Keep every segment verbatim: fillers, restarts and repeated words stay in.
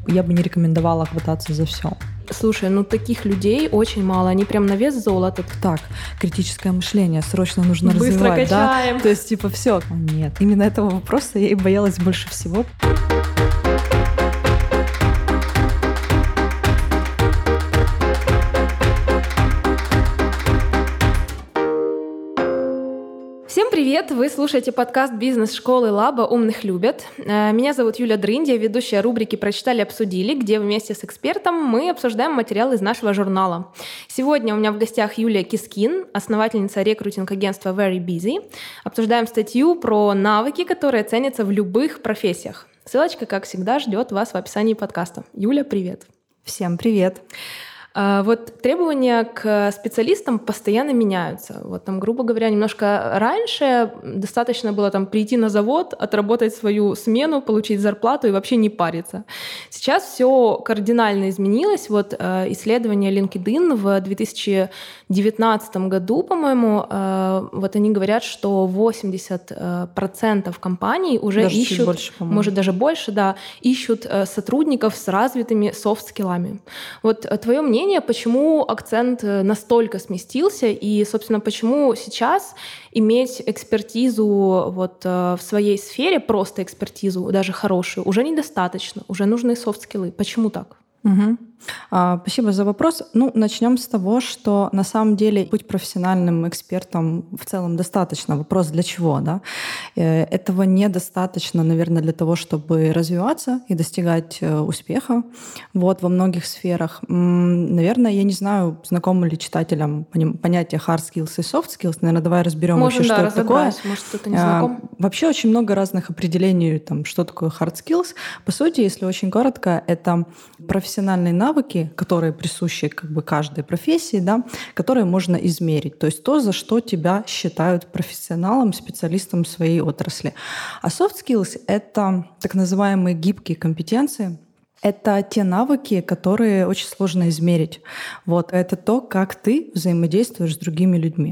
я бы не рекомендовала хвататься за все. Слушай, ну таких людей очень мало, они прям на вес золота. Так, критическое мышление срочно нужно Быстро развивать, качаем. Да? То есть, типа, все. Нет, именно этого вопроса я и боялась больше всего. Всем привет! Вы слушаете подкаст бизнес-школы Лаба «Умных любят». Меня зовут Юля Дрындя, ведущая рубрики «Прочитали, обсудили», где вместе с экспертом мы обсуждаем материалы из нашего журнала. Сегодня у меня в гостях Юлия Кискин, основательница рекрутинг-агентства Very Busy. Обсуждаем статью про навыки, которые ценятся в любых профессиях. Ссылочка, как всегда, ждет вас в описании подкаста. Юля, привет! Всем привет! Вот требования к специалистам постоянно меняются. Вот там, грубо говоря, немножко раньше достаточно было там прийти на завод, отработать свою смену, получить зарплату и вообще не париться. Сейчас все кардинально изменилось. Вот исследование LinkedIn в две тысячи девятнадцатом году, по-моему, вот они говорят, что восемьдесят процентов компаний уже даже ищут, больше, может даже больше, да, ищут сотрудников с развитыми софт-скиллами. Вот твое мнение, почему акцент настолько сместился и, собственно, почему сейчас иметь экспертизу вот в своей сфере, просто экспертизу, даже хорошую, уже недостаточно, уже нужны софт-скиллы. Почему так? Угу. А, спасибо за вопрос. Ну, начнем с того, что на самом деле быть профессиональным экспертом в целом достаточно. Вопрос для чего, да? Этого недостаточно, наверное, для того, чтобы развиваться и достигать успеха вот, во многих сферах. Наверное, я не знаю, знакомы ли читателям понятие hard skills и soft skills. Наверное, давай разберем Можем, вообще, да, что это такое. Может, кто-то не знаком. А, вообще очень много разных определений, там, что такое hard skills. По сути, если очень коротко, это профессиональные навыки, которые присущи как бы каждой профессии, да, которые можно измерить. То есть то, за что тебя считают профессионалом, специалистом в своей отрасли. А soft skills — это так называемые гибкие компетенции. Это те навыки, которые очень сложно измерить. Вот. Это то, как ты взаимодействуешь с другими людьми.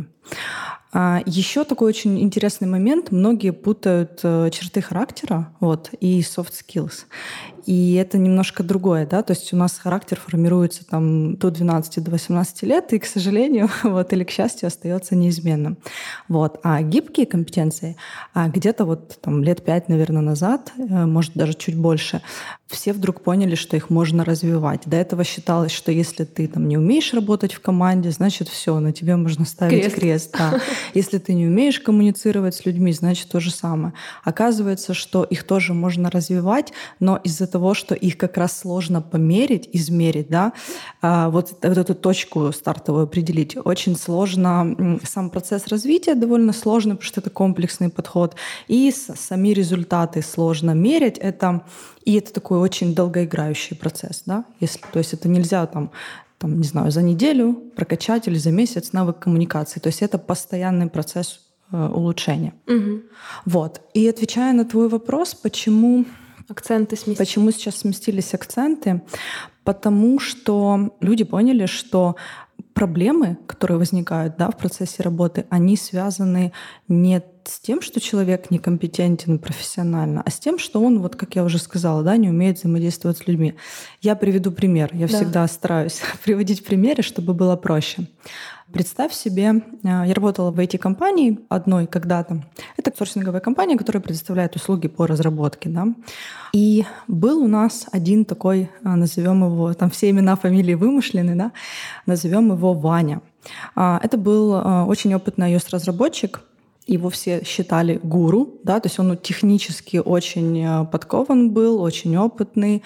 Еще такой очень интересный момент. Многие путают черты характера вот, и soft skills. И это немножко другое, да, то есть у нас характер формируется там до двенадцати, до восемнадцати лет, и, к сожалению, вот, или к счастью, остается неизменным. Вот. А гибкие компетенции где-то вот там лет пять, наверное, назад, может, даже чуть больше, все вдруг поняли, что их можно развивать. До этого считалось, что если ты там не умеешь работать в команде, значит, все, на тебе можно ставить крест. крест да. Если ты не умеешь коммуницировать с людьми, значит, то же самое. Оказывается, что их тоже можно развивать, но из-за того, что их как раз сложно померить, измерить, да, вот, вот эту точку стартовую определить, очень сложно. Сам процесс развития довольно сложный, потому что это комплексный подход, и сами результаты сложно мерить. Это, и это такой очень долгоиграющий процесс, да, если, то есть это нельзя там, там, не знаю, за неделю прокачать или за месяц навык коммуникации. То есть это постоянный процесс э, улучшения. Угу. Вот. И отвечая на твой вопрос, почему... Акценты сместились. Почему сейчас сместились акценты? Потому что люди поняли, что проблемы, которые возникают, да, в процессе работы, они связаны не с тем, что человек некомпетентен профессионально, а с тем, что он, вот как я уже сказала, да, не умеет взаимодействовать с людьми. Я приведу пример. Я да. всегда стараюсь приводить примеры, чтобы было проще. Представь себе, я работала в ай ти-компании одной когда-то. Это аутсорсинговая компания, которая предоставляет услуги по разработке. Да? И был у нас один такой, назовем его, там все имена, фамилии вымышлены, да? Назовем его Ваня. Это был очень опытный iOS-разработчик. Его все считали гуру, да, то есть он технически очень подкован был, очень опытный,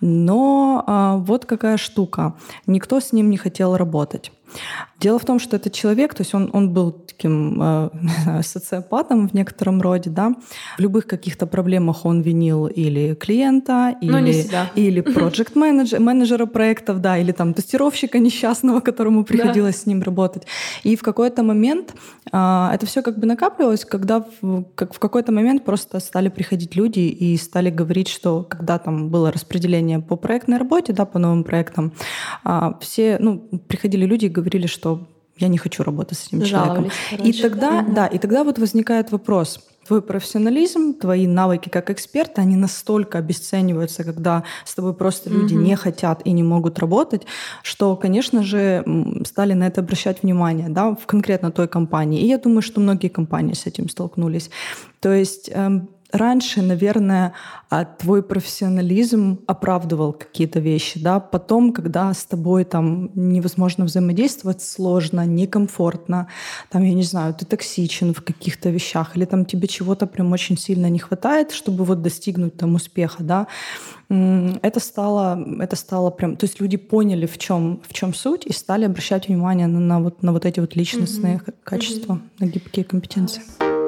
но а, вот какая штука, никто с ним не хотел работать. Дело в том, что этот человек, то есть он, он был таким э, социопатом в некотором роде, да, в любых каких-то проблемах он винил или клиента, или, или проект-менеджера, менеджера проектов, да, или там тестировщика несчастного, которому приходилось да. с ним работать. И в какой-то момент э, это все как бы накапливалось, когда в, как в какой-то момент просто стали приходить люди и стали говорить, что когда там было распределение по проектной работе, да, по новым проектам, э, все, ну, приходили люди и говорили, что я не хочу работать с этим человеком. Жаловались, и тогда, да, и тогда вот возникает вопрос. Твой профессионализм, твои навыки как эксперта, они настолько обесцениваются, когда с тобой просто люди mm-hmm. не хотят и не могут работать, что, конечно же, стали на это обращать внимание, да, в конкретно той компании. И я думаю, что многие компании с этим столкнулись. То есть эм, раньше, наверное, твой профессионализм оправдывал какие-то вещи, да, потом, когда с тобой там невозможно взаимодействовать, сложно, некомфортно, там, я не знаю, ты токсичен в каких-то вещах, или там тебе чего-то прям очень сильно не хватает, чтобы вот достигнуть там успеха, да, это стало, это стало прям, то есть люди поняли, в чем, в чем суть, и стали обращать внимание на, на, вот, на вот эти вот личностные mm-hmm. качества, mm-hmm. на гибкие компетенции.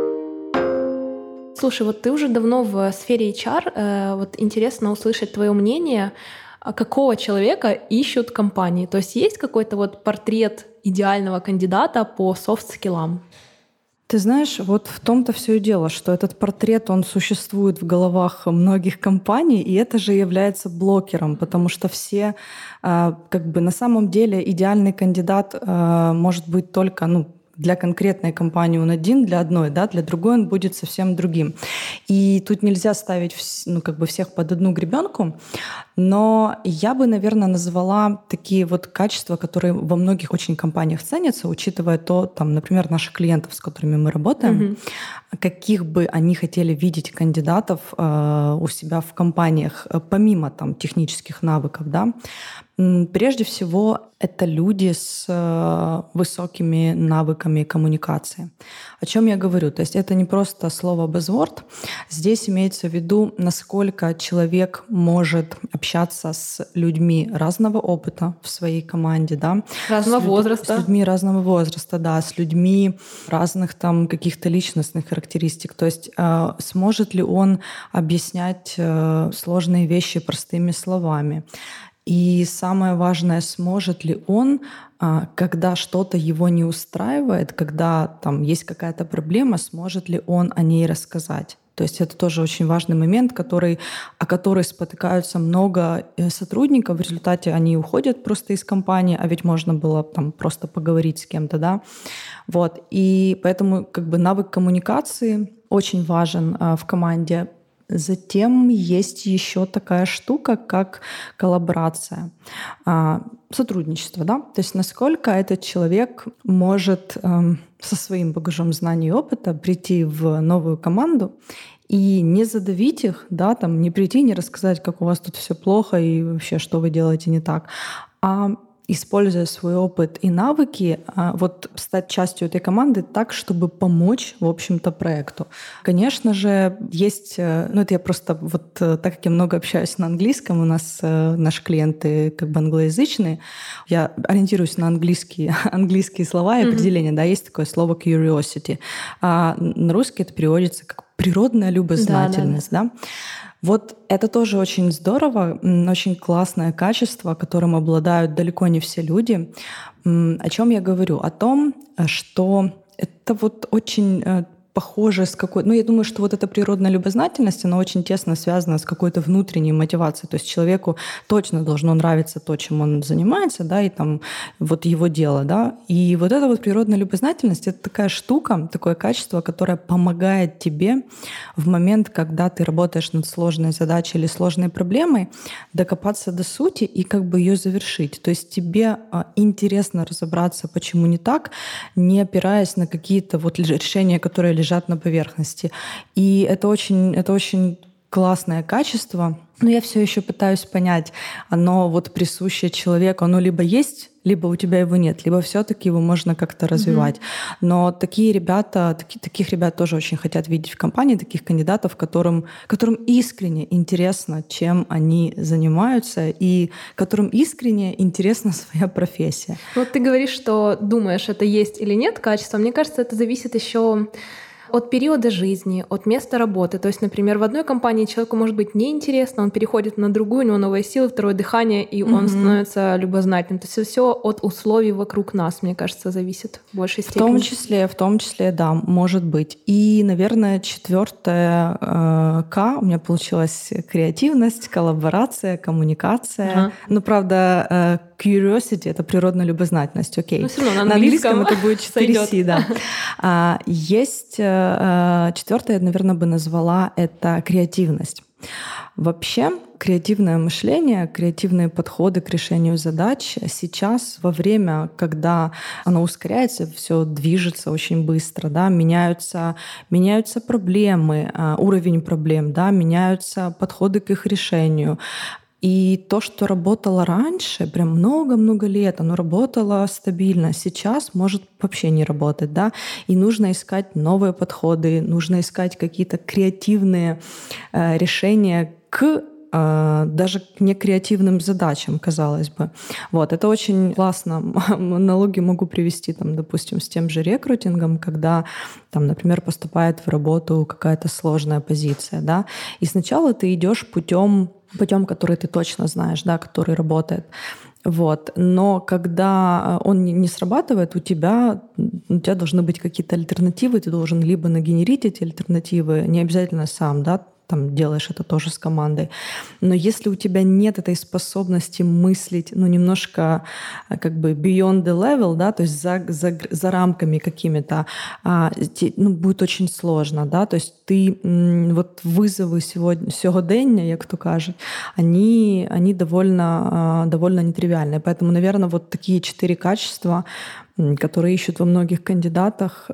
Слушай, вот ты уже давно в сфере эйч ар, э, вот интересно услышать твое мнение, какого человека ищут компании? То есть есть какой-то вот портрет идеального кандидата по софт-скиллам? Ты знаешь, вот в том-то все и дело, что этот портрет, он существует в головах многих компаний, и это же является блокером, потому что все, э, как бы на самом деле идеальный кандидат э, может быть только, ну, для конкретной компании он один, для одной, да, для другой он будет совсем другим. И тут нельзя ставить, ну, как бы всех под одну гребенку, но я бы, наверное, назвала такие вот качества, которые во многих очень компаниях ценятся, учитывая то, там, например, наших клиентов, с которыми мы работаем, mm-hmm. каких бы они хотели видеть кандидатов э, у себя в компаниях, помимо там технических навыков, да. Прежде всего, это люди с высокими навыками коммуникации. О чем я говорю? То есть это не просто слово buzzword. Здесь имеется в виду, насколько человек может общаться с людьми разного опыта в своей команде, да? Разного с возраста. С людьми разного возраста, да, с людьми разных там каких-то личностных характеристик. То есть э, сможет ли он объяснять э, сложные вещи простыми словами? И самое важное, сможет ли он, когда что-то его не устраивает, когда там есть какая-то проблема, сможет ли он о ней рассказать. То есть это тоже очень важный момент, который, о который спотыкаются много сотрудников. В результате они уходят просто из компании, а ведь можно было там просто поговорить с кем-то, да. Вот. И поэтому как бы навык коммуникации очень важен в команде. Затем есть еще такая штука, как коллаборация, сотрудничество, да, то есть насколько этот человек может со своим багажом знаний и опыта прийти в новую команду и не задавить их, да, там не прийти, не рассказать, как у вас тут все плохо и вообще, что вы делаете не так, а используя свой опыт и навыки, вот стать частью этой команды так, чтобы помочь, в общем-то, проекту. Конечно же, есть, ну это я просто вот так как я много общаюсь на английском, у нас наши клиенты как бы англоязычные, я ориентируюсь на английские, английские слова и определения, mm-hmm. да, есть такое слово curiosity, а на русский это переводится как природная любознательность, да, да, да. Вот это тоже очень здорово, очень классное качество, которым обладают далеко не все люди. О чем я говорю? О том, что это вот очень похоже с какой... Ну, я думаю, что вот эта природная любознательность, она очень тесно связана с какой-то внутренней мотивацией. То есть человеку точно должно нравиться то, чем он занимается, да, и там вот его дело, да. И вот эта вот природная любознательность — это такая штука, такое качество, которое помогает тебе в момент, когда ты работаешь над сложной задачей или сложной проблемой, докопаться до сути и как бы ее завершить. То есть тебе интересно разобраться, почему не так, не опираясь на какие-то вот решения, которые лежат на поверхности. И это очень, это очень классное качество. Но я все еще пытаюсь понять, оно вот присуще человеку, оно либо есть, либо у тебя его нет, либо все-таки его можно как-то развивать. Mm-hmm. Но такие ребята, таки, таких ребят тоже очень хотят видеть в компании, таких кандидатов, которым, которым искренне интересно, чем они занимаются, и которым искренне интересна своя профессия. Вот ты говоришь, что думаешь, это есть или нет качество. Мне кажется, это зависит еще от периода жизни, от места работы. То есть, например, в одной компании человеку может быть неинтересно, он переходит на другую, у него новые силы, второе дыхание, и mm-hmm. он становится любознательным. То есть все от условий вокруг нас, мне кажется, зависит в большей степени. В том числе, в том числе, да, может быть. И, наверное, четвертое э, К у меня получилась креативность, коллаборация, коммуникация. Uh-huh. Ну, правда, э, к curiosity — это природная любознательность, окей. Ну, все равно на английском это будет четыре си, да. А, есть четвертое, наверное, бы назвала это креативность. Вообще, креативное мышление, креативные подходы к решению задач сейчас, во время, когда оно ускоряется, все движется очень быстро, да, меняются, меняются проблемы, уровень проблем, да, меняются подходы к их решению. И то, что работало раньше, прям много-много лет, оно работало стабильно, сейчас может вообще не работать, да, и нужно искать новые подходы, нужно искать какие-то креативные э, решения к э, даже к некреативным задачам, казалось бы. Вот, это очень классно. Аналогии могу привести, там, допустим, с тем же рекрутингом, когда там, например, поступает в работу какая-то сложная позиция, да, и сначала ты идешь путем путем, который ты точно знаешь, да, который работает. Вот. Но когда он не срабатывает, у тебя, у тебя должны быть какие-то альтернативы, ты должен либо нагенерить эти альтернативы, не обязательно сам, да, там делаешь это тоже с командой. Но если у тебя нет этой способности мыслить, ну, немножко как бы beyond the level, да, то есть за, за, за рамками какими-то, а, ну, будет очень сложно, да, то есть ты, вот вызовы сегодня, сьогодення, як то кажуть, они, они довольно, довольно нетривиальные. Поэтому, наверное, вот такие четыре качества, которые ищут во многих кандидатах,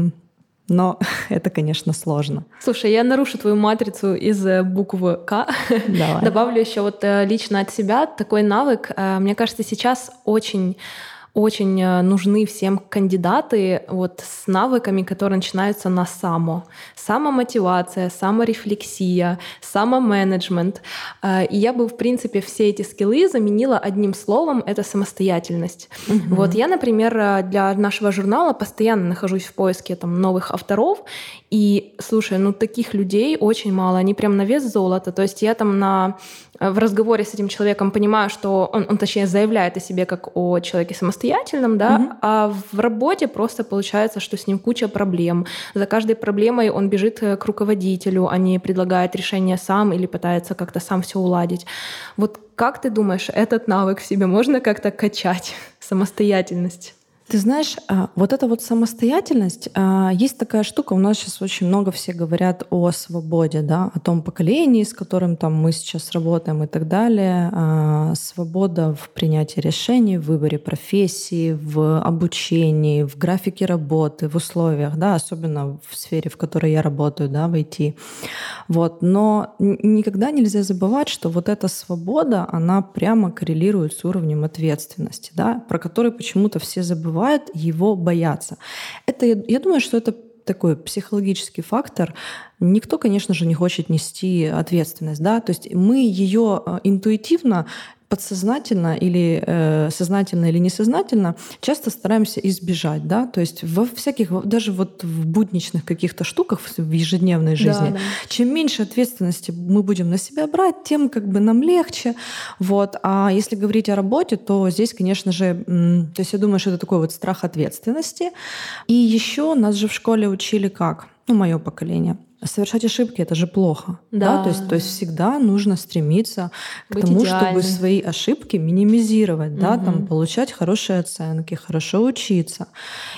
но это, конечно, сложно. Слушай, я нарушу твою матрицу из буквы К. Давай. Добавлю еще вот лично от себя такой навык. Мне кажется, сейчас очень очень нужны всем кандидаты вот с навыками, которые начинаются на само. Самомотивация, саморефлексия, самоменеджмент. И я бы, в принципе, все эти скиллы заменила одним словом — это самостоятельность. Угу. Вот я, например, для нашего журнала постоянно нахожусь в поиске там новых авторов, и, слушай, ну таких людей очень мало, они прям на вес золота. То есть я там на... в разговоре с этим человеком понимаю, что он, он точнее, заявляет о себе как о человеке самостоятельном, да, угу. а в работе просто получается, что с ним куча проблем. За каждой проблемой он бежит к руководителю, а не предлагает решение сам или пытается как-то сам все уладить. Вот как ты думаешь, этот навык в себе можно как-то качать, самостоятельность? Ты знаешь, вот эта вот самостоятельность, есть такая штука, у нас сейчас очень много все говорят о свободе, да, о том поколении, с которым там мы сейчас работаем и так далее. Свобода в принятии решений, в выборе профессии, в обучении, в графике работы, в условиях, да, особенно в сфере, в которой я работаю, да, в ай ти. Вот. Но никогда нельзя забывать, что вот эта свобода, она прямо коррелирует с уровнем ответственности, да, про который почему-то все забывают, его боятся. Это, я думаю, что это такой психологический фактор. Никто, конечно же, не хочет нести ответственность, да, то есть мы ее интуитивно, подсознательно или э, сознательно или несознательно часто стараемся избежать, да, то есть во всяких, даже вот в будничных каких-то штуках в ежедневной жизни, да, да. Чем меньше ответственности мы будем на себя брать, тем как бы нам легче, вот. А если говорить о работе, то здесь, конечно же, м, то есть я думаю, что это такой вот страх ответственности. И еще нас же в школе учили как? Ну, мое поколение. Совершать ошибки — это же плохо. Да. Да? То есть, то есть всегда нужно стремиться Быть к тому, идеальной. чтобы свои ошибки минимизировать, угу. да, там, получать хорошие оценки, хорошо учиться.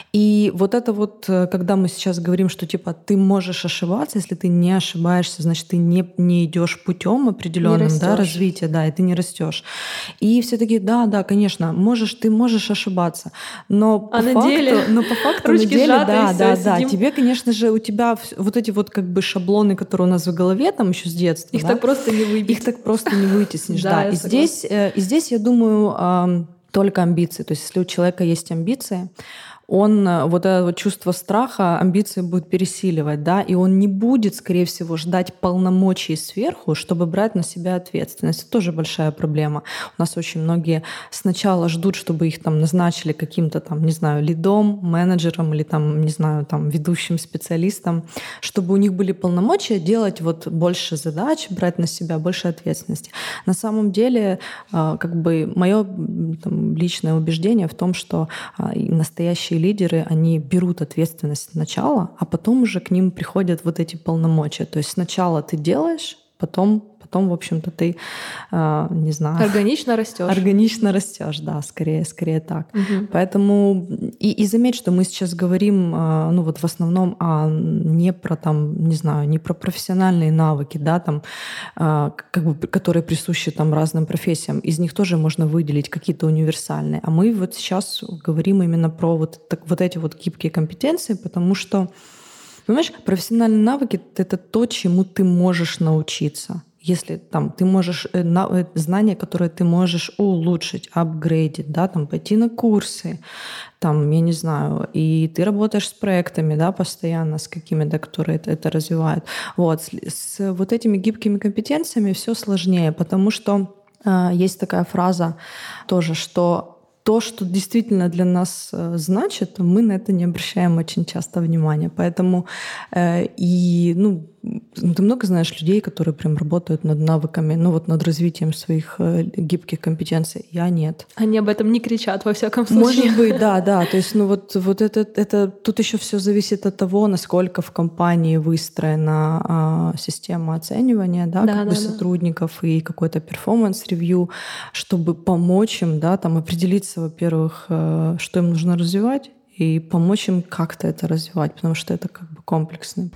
И вот это вот, когда мы сейчас говорим, что типа ты можешь ошибаться, если ты не ошибаешься, значит, ты не, не идешь путем определенным, да, развития, да, и ты не растешь. И все такие, да, да, конечно, можешь, ты можешь ошибаться. Но а по на факту, деле, но по факту ручки на деле, сжаты, да, да, всё, да. сидим. Тебе, конечно же, у тебя вот эти вот как бы шаблоны, которые у нас в голове там еще с детства. Их да? так просто не выбить. Их так просто не вытеснишь, да. Да, И здесь, и здесь, я думаю, только амбиции. То есть если у человека есть амбиции, он вот это вот чувство страха, амбиции будет пересиливать, да, и он не будет, скорее всего, ждать полномочий сверху, чтобы брать на себя ответственность. Это тоже большая проблема. У нас очень многие сначала ждут, чтобы их там назначили каким-то там, не знаю, лидом, менеджером или там, не знаю, там ведущим специалистом, чтобы у них были полномочия делать вот больше задач, брать на себя больше ответственности. На самом деле, как бы мое там, личное убеждение в том, что настоящие лидеры, они берут ответственность сначала, а потом уже к ним приходят вот эти полномочия. То есть сначала ты делаешь, потом, потом, в общем-то, ты, не знаю... Органично растешь. Органично растешь, да, скорее, скорее так. Угу. Поэтому... И, и заметь, что мы сейчас говорим, ну вот в основном а не про там, не знаю, не про профессиональные навыки, да, там, как бы, которые присущи там разным профессиям. Из них тоже можно выделить какие-то универсальные. А мы вот сейчас говорим именно про вот, так, вот эти вот гибкие компетенции, потому что, понимаешь, профессиональные навыки — это то, чему ты можешь научиться. Если там ты можешь знания, которые ты можешь улучшить, апгрейдить, да, там пойти на курсы, там, я не знаю, и ты работаешь с проектами, да, постоянно, с какими-то, которые это, это развивают. Вот. С, с вот этими гибкими компетенциями все сложнее, потому что э, есть такая фраза тоже, что то, что действительно для нас значит, мы на это не обращаем очень часто внимания. Поэтому э, и, ну, ты много знаешь людей, которые прям работают над навыками, ну вот над развитием своих э, гибких компетенций. Я нет. Они об этом не кричат, во всяком случае. Может быть, да, да. То есть, ну вот, вот это, это тут еще все зависит от того, насколько в компании выстроена э, система оценивания, да, да, как да, бы да. сотрудников и какой-то перформанс-ревью, чтобы помочь им, да, там определиться, во-первых, э, что им нужно развивать, и помочь им как-то это развивать, потому что это как бы комплексно.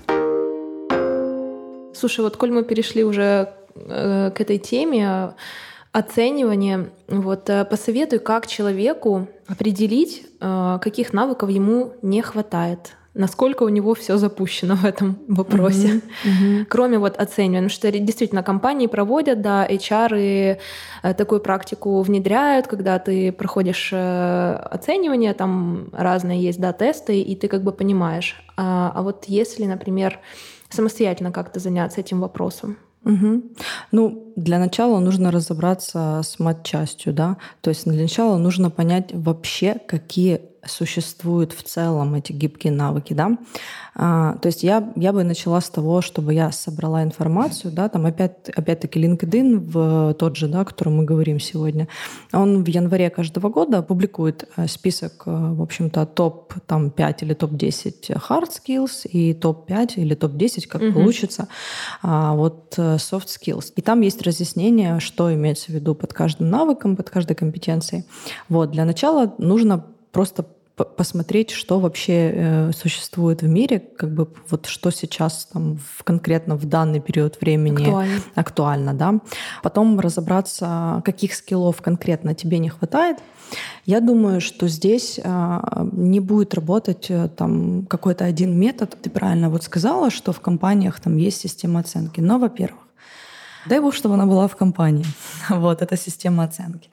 Слушай, вот коль мы перешли уже э, к этой теме оценивания, вот э, посоветуй, как человеку определить, э, каких навыков ему не хватает, насколько у него все запущено в этом вопросе, mm-hmm. Mm-hmm. кроме вот оценивания, потому что действительно компании проводят, да, эйч ар э, такую практику внедряют, когда ты проходишь э, оценивание, там разные есть, да, тесты, и ты как бы понимаешь. А, а вот если, например, самостоятельно как-то заняться этим вопросом? Угу. Ну, для начала нужно разобраться с матчастью, да. То есть для начала нужно понять вообще, какие существуют в целом эти гибкие навыки, да. А, то есть я, я бы начала с того, чтобы я собрала информацию, да, там опять, опять-таки LinkedIn, в тот же, да, о котором мы говорим сегодня, он в январе каждого года публикует список, в общем-то, топ там, пять или топ десять hard skills и топ пять или топ десять, как uh-huh. получится, а, вот soft skills. И там есть разъяснение, что имеется в виду под каждым навыком, под каждой компетенцией. Вот, для начала нужно просто посмотреть, что вообще э, существует в мире, как бы вот что сейчас там в, конкретно в данный период времени актуально. актуально, да. Потом разобраться, каких скиллов конкретно тебе не хватает. Я думаю, что здесь э, не будет работать э, там какой-то один метод. Ты правильно вот сказала, что в компаниях там есть система оценки. Но, во-первых, дай бог, чтобы она была в компании. Вот, это система оценки.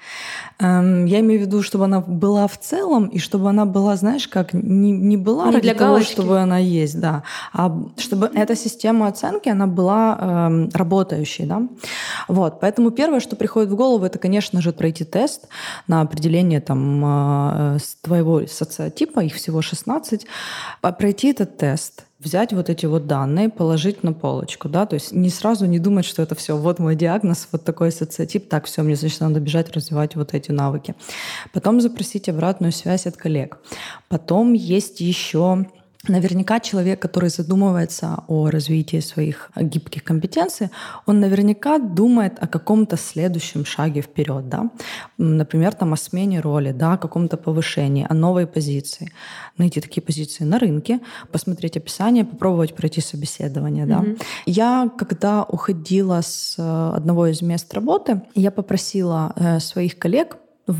Я имею в виду, чтобы она была в целом, и чтобы она была, знаешь, как не, не была не ради для того, галочки. чтобы она есть, да, а чтобы эта система оценки, она была э, работающей, да. Вот, поэтому первое, что приходит в голову, это, конечно же, пройти тест на определение там э, твоего социотипа, их всего шестнадцать, пройти этот тест, взять вот эти вот данные, положить на полочку, да, то есть не сразу не думать, что это все, вот мой диагноз, вот такой социотип, так, все, мне, значит, надо бежать развивать вот эти навыки. Потом запросить обратную связь от коллег. Потом есть еще... Наверняка человек, который задумывается о развитии своих гибких компетенций, он наверняка думает о каком-то следующем шаге вперед, да? Например, там, о смене роли, да, о каком-то повышении, о новой позиции. Найти такие позиции на рынке, посмотреть описание, попробовать пройти собеседование. Да? Mm-hmm. Я, когда уходила с одного из мест работы, я попросила своих коллег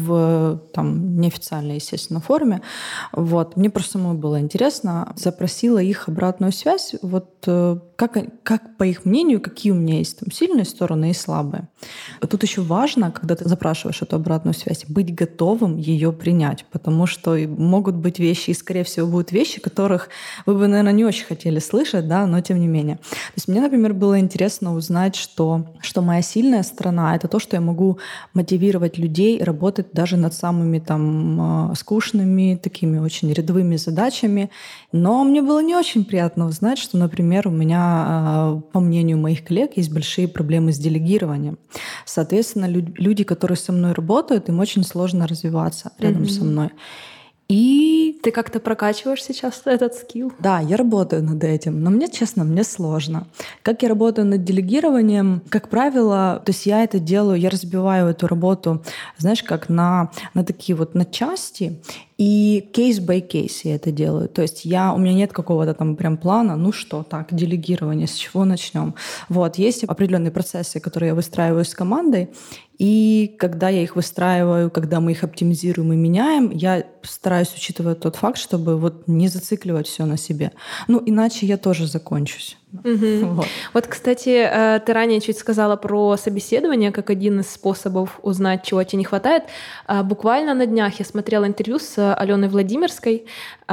в там, неофициальной, естественно, форме. Вот. Мне просто самой было интересно. Запросила их обратную связь. Вот как, как, по их мнению, какие у меня есть там сильные стороны и слабые. Тут еще важно, когда ты запрашиваешь эту обратную связь, быть готовым ее принять, потому что могут быть вещи, и, скорее всего, будут вещи, которых вы бы, наверное, не очень хотели слышать, да, но тем не менее. То есть мне, например, было интересно узнать, что, что моя сильная сторона — это то, что я могу мотивировать людей работать даже над самыми там скучными, такими очень рядовыми задачами. Но мне было не очень приятно узнать, что, например, у меня, по мнению моих коллег, есть большие проблемы с делегированием. Соответственно, люди, которые со мной работают, им очень сложно развиваться рядом mm-hmm. со мной. И ты как-то прокачиваешь сейчас этот скилл? Да, я работаю над этим, но мне, честно, мне сложно. Как я работаю над делегированием? Как правило, то есть я это делаю, я разбиваю эту работу, знаешь, как на, на такие вот на части, и кейс-бай-кейс я это делаю. То есть я, у меня нет какого-то там прям плана, ну что, так, делегирование, с чего начнем. Вот, есть определенные процессы, которые я выстраиваю с командой, и когда я их выстраиваю, когда мы их оптимизируем и меняем, я стараюсь учитывать тот факт, чтобы вот не зацикливать все на себе. Ну, иначе я тоже закончусь. Угу. Вот. вот, кстати, ты ранее чуть сказала про собеседование как один из способов узнать, чего тебе не хватает. Буквально на днях я смотрела интервью с Аленой Владимирской,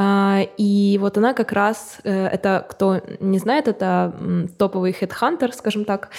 и вот она как раз, это, кто не знает, это топовый хедхантер, скажем так,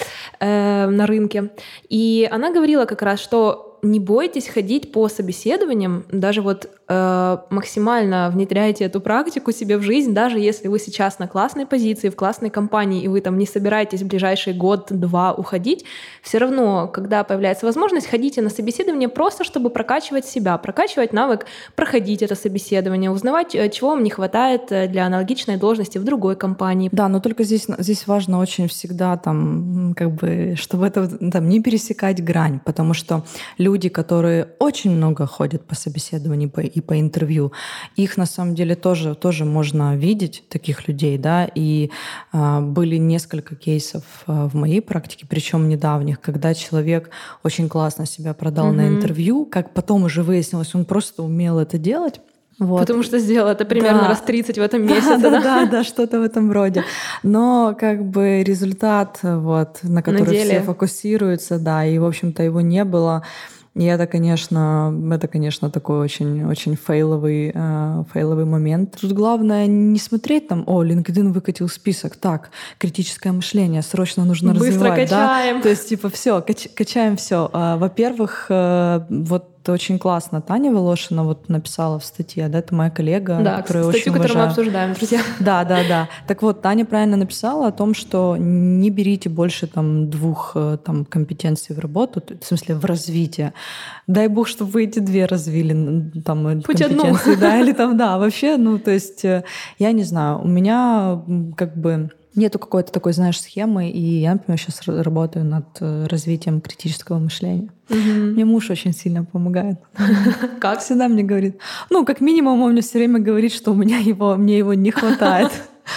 на рынке, и она говорила как раз, что не бойтесь ходить по собеседованиям, даже вот э, максимально внедряйте эту практику себе в жизнь, даже если вы сейчас на классной позиции, в классной компании, и вы там не собираетесь в ближайший год-два уходить, все равно, когда появляется возможность, ходите на собеседование просто, чтобы прокачивать себя, прокачивать навык, проходить это собеседование, узнавать, чего вам не хватает для аналогичной должности в другой компании. Да, но только здесь, здесь важно очень всегда там, как бы, чтобы это там не пересекать грань, потому что люди, которые очень много ходят по собеседованию и по интервью, их на самом деле тоже, тоже можно видеть, таких людей, да, и а, были несколько кейсов а, в моей практике, причем недавних, когда человек очень классно себя продал mm-hmm. на интервью, как потом уже выяснилось, он просто умел это делать. Вот. Потому что сделал это примерно да. раз тридцать в этом месяце. Да, да, да, да, что-то в этом роде. Но как бы результат, вот, на который на все фокусируются, да, и, в общем-то, его не было. И это, конечно, это, конечно, такой очень, очень фейловый, э, фейловый момент. Тут главное не смотреть там, о, LinkedIn выкатил список, так, критическое мышление, срочно нужно Быстро развивать. Быстро качаем. Да? То есть, типа, все, кач, качаем все. Во-первых, э, вот очень классно Таня Волошина вот написала в статье, да, это моя коллега, да, которую я статью, очень которую уважаю. мы обсуждаем, друзья. Да, да, да. Так вот, Таня правильно написала о том, что не берите больше там двух там компетенций в работу, в смысле в развитие. Дай бог, чтобы вы эти две развили, там, хоть компетенции, одну. Да, или там, да, вообще, ну, то есть, я не знаю, у меня как бы нету какой-то такой, знаешь, схемы, и я, например, сейчас работаю над развитием критического мышления. Угу. Мне муж очень сильно помогает. Как? Всегда мне говорит. Ну, как минимум, он мне все время говорит, что у меня его, мне его не хватает.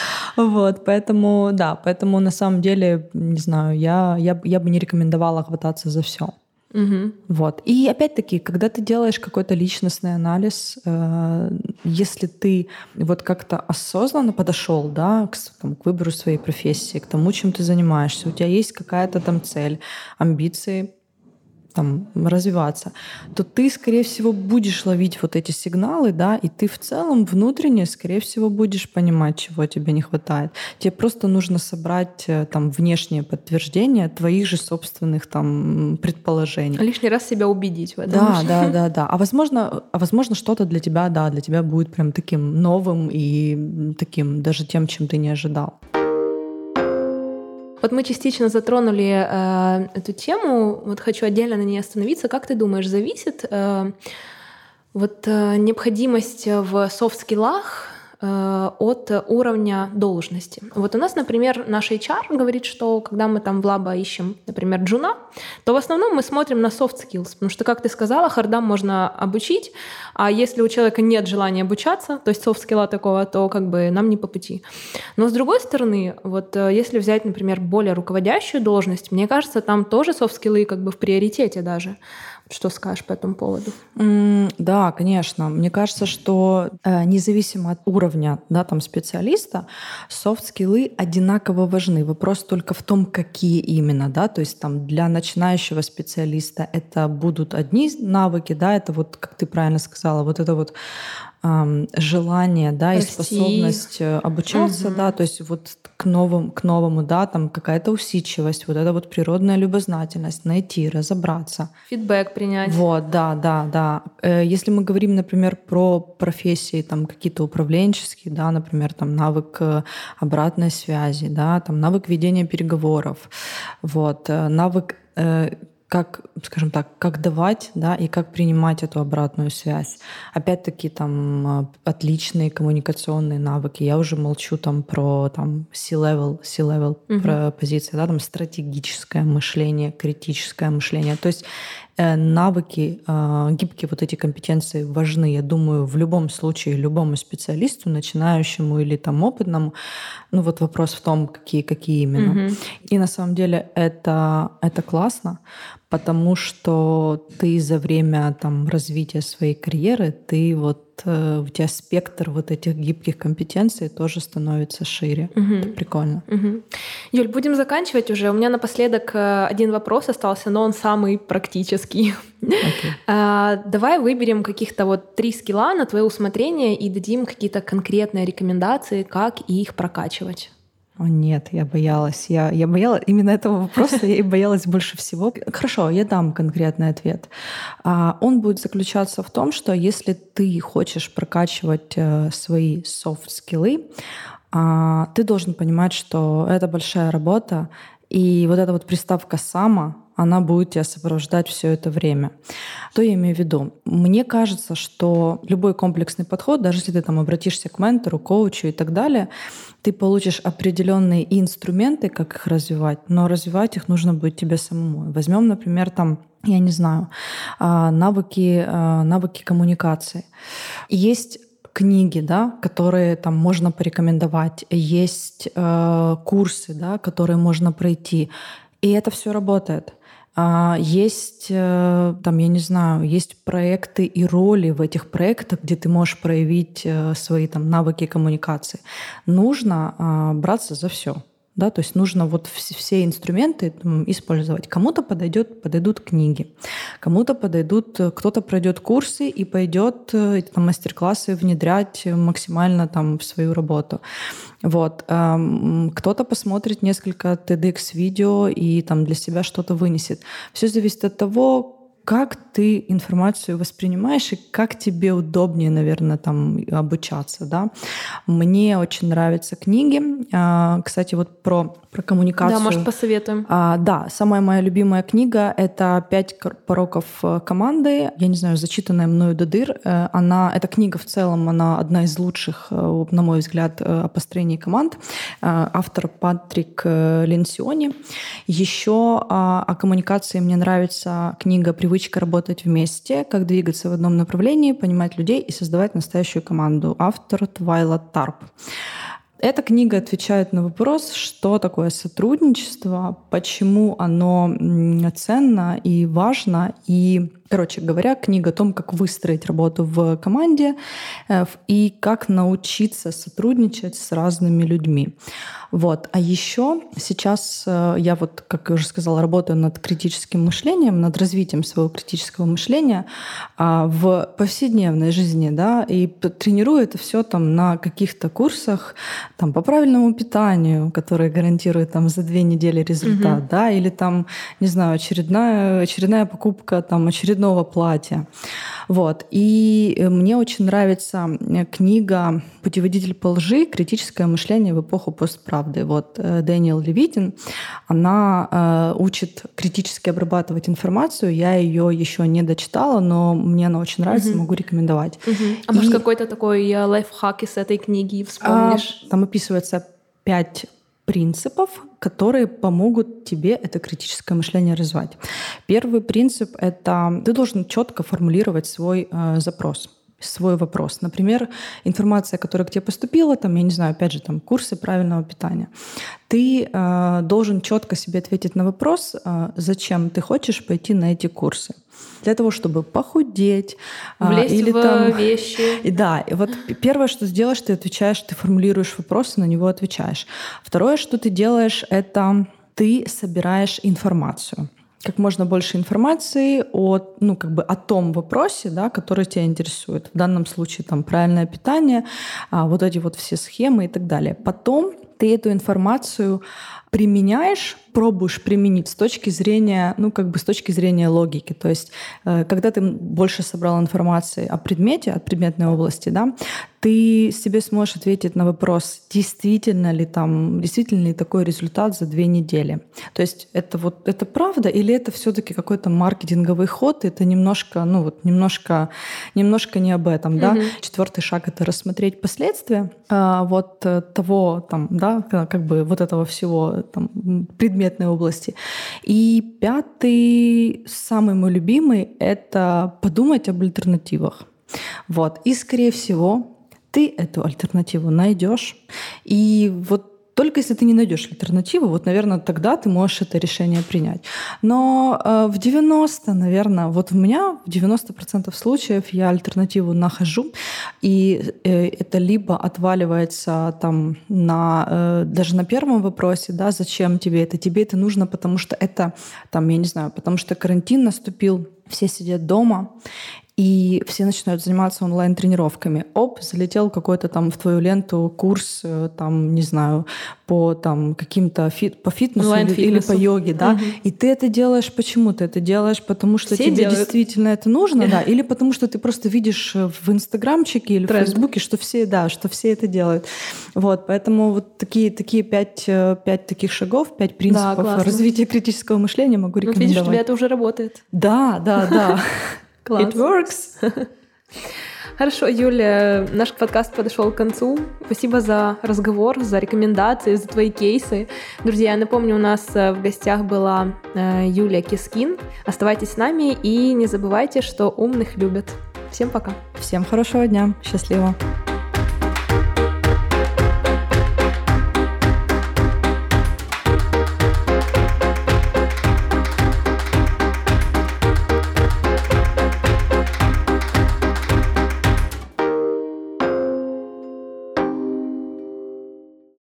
Вот, поэтому, да, поэтому на самом деле, не знаю, я, я, я бы не рекомендовала хвататься за все. Угу. Вот. И опять-таки, когда ты делаешь какой-то личностный анализ, э, если ты вот как-то осознанно подошел, да, к, там, к выбору своей профессии, к тому, чем ты занимаешься, у тебя есть какая-то там цель, амбиции, там, развиваться, то ты, скорее всего, будешь ловить вот эти сигналы, да, и ты в целом внутренне, скорее всего, будешь понимать, чего тебе не хватает. Тебе просто нужно собрать там внешнее подтверждение твоих же собственных там предположений. Лишний раз себя убедить в этом. Да, да, да, да. А возможно, а возможно, что-то для тебя, да, для тебя будет прям таким новым и таким даже тем, чем ты не ожидал. Вот мы частично затронули э, эту тему, вот хочу отдельно на ней остановиться. Как ты думаешь, зависит э, вот э, необходимость в софт-скиллах э, от уровня должности? Вот у нас, например, наш эйч ар говорит, что когда мы там в лаба ищем, например, джуна, то в основном мы смотрим на soft skills, потому что, как ты сказала, хардам можно обучить, а если у человека нет желания обучаться, то есть софт-скилла такого, то как бы нам не по пути. Но с другой стороны, вот если взять, например, более руководящую должность, мне кажется, там тоже софт-скиллы как бы в приоритете даже. Что скажешь по этому поводу? Mm, да, конечно. Мне кажется, что э, независимо от уровня, да, там, специалиста, софт-скиллы одинаково важны. Вопрос только в том, какие именно. Да? То есть там, для начинающего специалиста это будут одни навыки, да, это вот, как ты правильно сказала, вот это вот эм, желание, да, и способность обучаться, угу. да, то есть вот к новому, к новому, да, там какая-то усидчивость, вот это вот природная любознательность, найти, разобраться. Фидбэк принять. Вот, да, да, да. Если мы говорим, например, про профессии там какие-то управленческие, да, например, там навык обратной связи, да, там навык ведения переговоров, вот, навык как, скажем так, как давать, да, и как принимать эту обратную связь. Опять-таки там отличные коммуникационные навыки. Я уже молчу там про там C-level, C-level угу. про позиции, да, там стратегическое мышление, критическое мышление. То есть э, навыки, э, гибкие вот эти компетенции важны, я думаю, в любом случае любому специалисту, начинающему или там опытному. Ну вот вопрос в том, какие, какие именно. Угу. И на самом деле это, это классно, потому что ты за время там, развития своей карьеры, ты вот, э, у тебя спектр вот этих гибких компетенций тоже становится шире. Угу. Это прикольно. Угу. Юль, будем заканчивать уже. У меня напоследок один вопрос остался, но он самый практический. Okay. А, давай выберем каких-то вот три скилла на твое усмотрение и дадим какие-то конкретные рекомендации, как их прокачивать. О нет, я боялась. Я, я боялась именно этого вопроса, я и боялась больше всего. Хорошо, я дам конкретный ответ. Он будет заключаться в том, что если ты хочешь прокачивать свои софт-скиллы, ты должен понимать, что это большая работа, и вот эта вот приставка «сама», она будет тебя сопровождать все это время. Что я имею в виду? Мне кажется, что любой комплексный подход, даже если ты там обратишься к ментору, коучу и так далее, ты получишь определенные инструменты, как их развивать, но развивать их нужно будет тебе самому. Возьмем, например, там, я не знаю, навыки, навыки коммуникации. Есть книги, да, которые там можно порекомендовать, есть э, курсы, да, которые можно пройти, и это все работает. А, есть, э, там, я не знаю, есть проекты и роли в этих проектах, где ты можешь проявить э, свои там навыки коммуникации. Нужно э, браться за все. Да, то есть нужно вот все инструменты там, использовать. Кому-то подойдет, подойдут книги, кому-то подойдут, кто-то пройдет курсы и пойдет эти там, мастер-классы внедрять максимально там, в свою работу. Вот. Кто-то посмотрит несколько TEDx-видео и там, для себя что-то вынесет. Все зависит от того, как ты информацию воспринимаешь и как тебе удобнее, наверное, там обучаться, да. Мне очень нравятся книги. Кстати, вот про, про коммуникацию. Да, может, посоветуем. А, да, самая моя любимая книга — это «Пять пороков команды». Я не знаю, зачитанная мною до дыр. Она, эта книга в целом, она одна из лучших, на мой взгляд, о построении команд. Автор Патрик Ленсиони. Еще о коммуникации мне нравится книга «Привычка работать вместе. Как двигаться в одном направлении, понимать людей и создавать настоящую команду». Автор Твайла Тарп. Эта книга отвечает на вопрос, что такое сотрудничество, почему оно ценно и важно. И, короче говоря, книга о том, как выстроить работу в команде и как научиться сотрудничать с разными людьми. Вот. А еще сейчас я, вот, как я уже сказала, работаю над критическим мышлением, над развитием своего критического мышления в повседневной жизни, да, и тренирую это все там на каких-то курсах там, по правильному питанию, которые гарантируют там, за две недели результат, mm-hmm. да, или там, не знаю, очередная, очередная покупка там, очередного платья. Вот. И мне очень нравится книга «Путеводитель по лжи. Критическое мышление в эпоху постправды». Вот Дэниел Левитин, она э, учит критически обрабатывать информацию. Я ее еще не дочитала, но мне она очень нравится, угу. могу рекомендовать. Угу. А и... может, какой-то такой лайфхак из этой книги вспомнишь? А, там описывается пять принципов, которые помогут тебе это критическое мышление развивать. Первый принцип — это ты должен четко формулировать свой э, запрос, свой вопрос. Например, информация, которая к тебе поступила, там, я не знаю, опять же, там, курсы правильного питания. Ты э, должен четко себе ответить на вопрос, э, зачем ты хочешь пойти на эти курсы. Для того, чтобы похудеть. Влезть или в там... вещи. И да, и вот первое, что сделаешь, ты отвечаешь, ты формулируешь вопрос, и на него отвечаешь. Второе, что ты делаешь, это ты собираешь информацию. Как можно больше информации о, ну, как бы о том вопросе, да, который тебя интересует. В данном случае там, правильное питание, вот эти вот все схемы и так далее. Потом ты эту информацию применяешь, пробуешь применить с точки зрения, ну, как бы с точки зрения логики. То есть, когда ты больше собрал информации о предмете, от предметной области, да, ты себе сможешь ответить на вопрос, действительно ли там, действительно ли такой результат за две недели. То есть это вот это правда или это все-таки какой-то маркетинговый ход, и это немножко, ну вот немножко, немножко не об этом, да. Mm-hmm. Четвертый шаг — это рассмотреть последствия а, вот того, там, да, как бы вот этого всего там, предметной области. И пятый, самый мой любимый, это подумать об альтернативах. Вот. И, скорее всего, ты эту альтернативу найдешь. И вот только если ты не найдешь альтернативу, вот, наверное, тогда ты можешь это решение принять. Но э, в девяносто, наверное, вот у меня в девяносто процентов случаев я альтернативу нахожу, и э, это либо отваливается там на, э, даже на первом вопросе, да, зачем тебе это? Тебе это нужно, потому что это, там, я не знаю, потому что карантин наступил, все сидят дома, и все начинают заниматься онлайн-тренировками. Оп, залетел какой-то там в твою ленту курс, там, не знаю, по там, каким-то фит, по фитнесу или, или по йоге, да, угу. И ты это делаешь почему? Ты это делаешь, потому что все тебе делают. Действительно это нужно, да, или потому что ты просто видишь в инстаграмчике или Тренд. В фейсбуке, что все, да, что все это делают. Вот, поэтому вот такие, такие пять, пять таких шагов, пять принципов да, развития критического мышления могу рекомендовать. Вот видишь, у тебя это уже работает. Да, да, да. Класс. It works. Хорошо, Юля, наш подкаст подошел к концу. Спасибо за разговор, за рекомендации, за твои кейсы. Друзья, я напомню, у нас в гостях была Юлия Кискин. Оставайтесь с нами и не забывайте, что умных любят. Всем пока. Всем хорошего дня. Счастливо.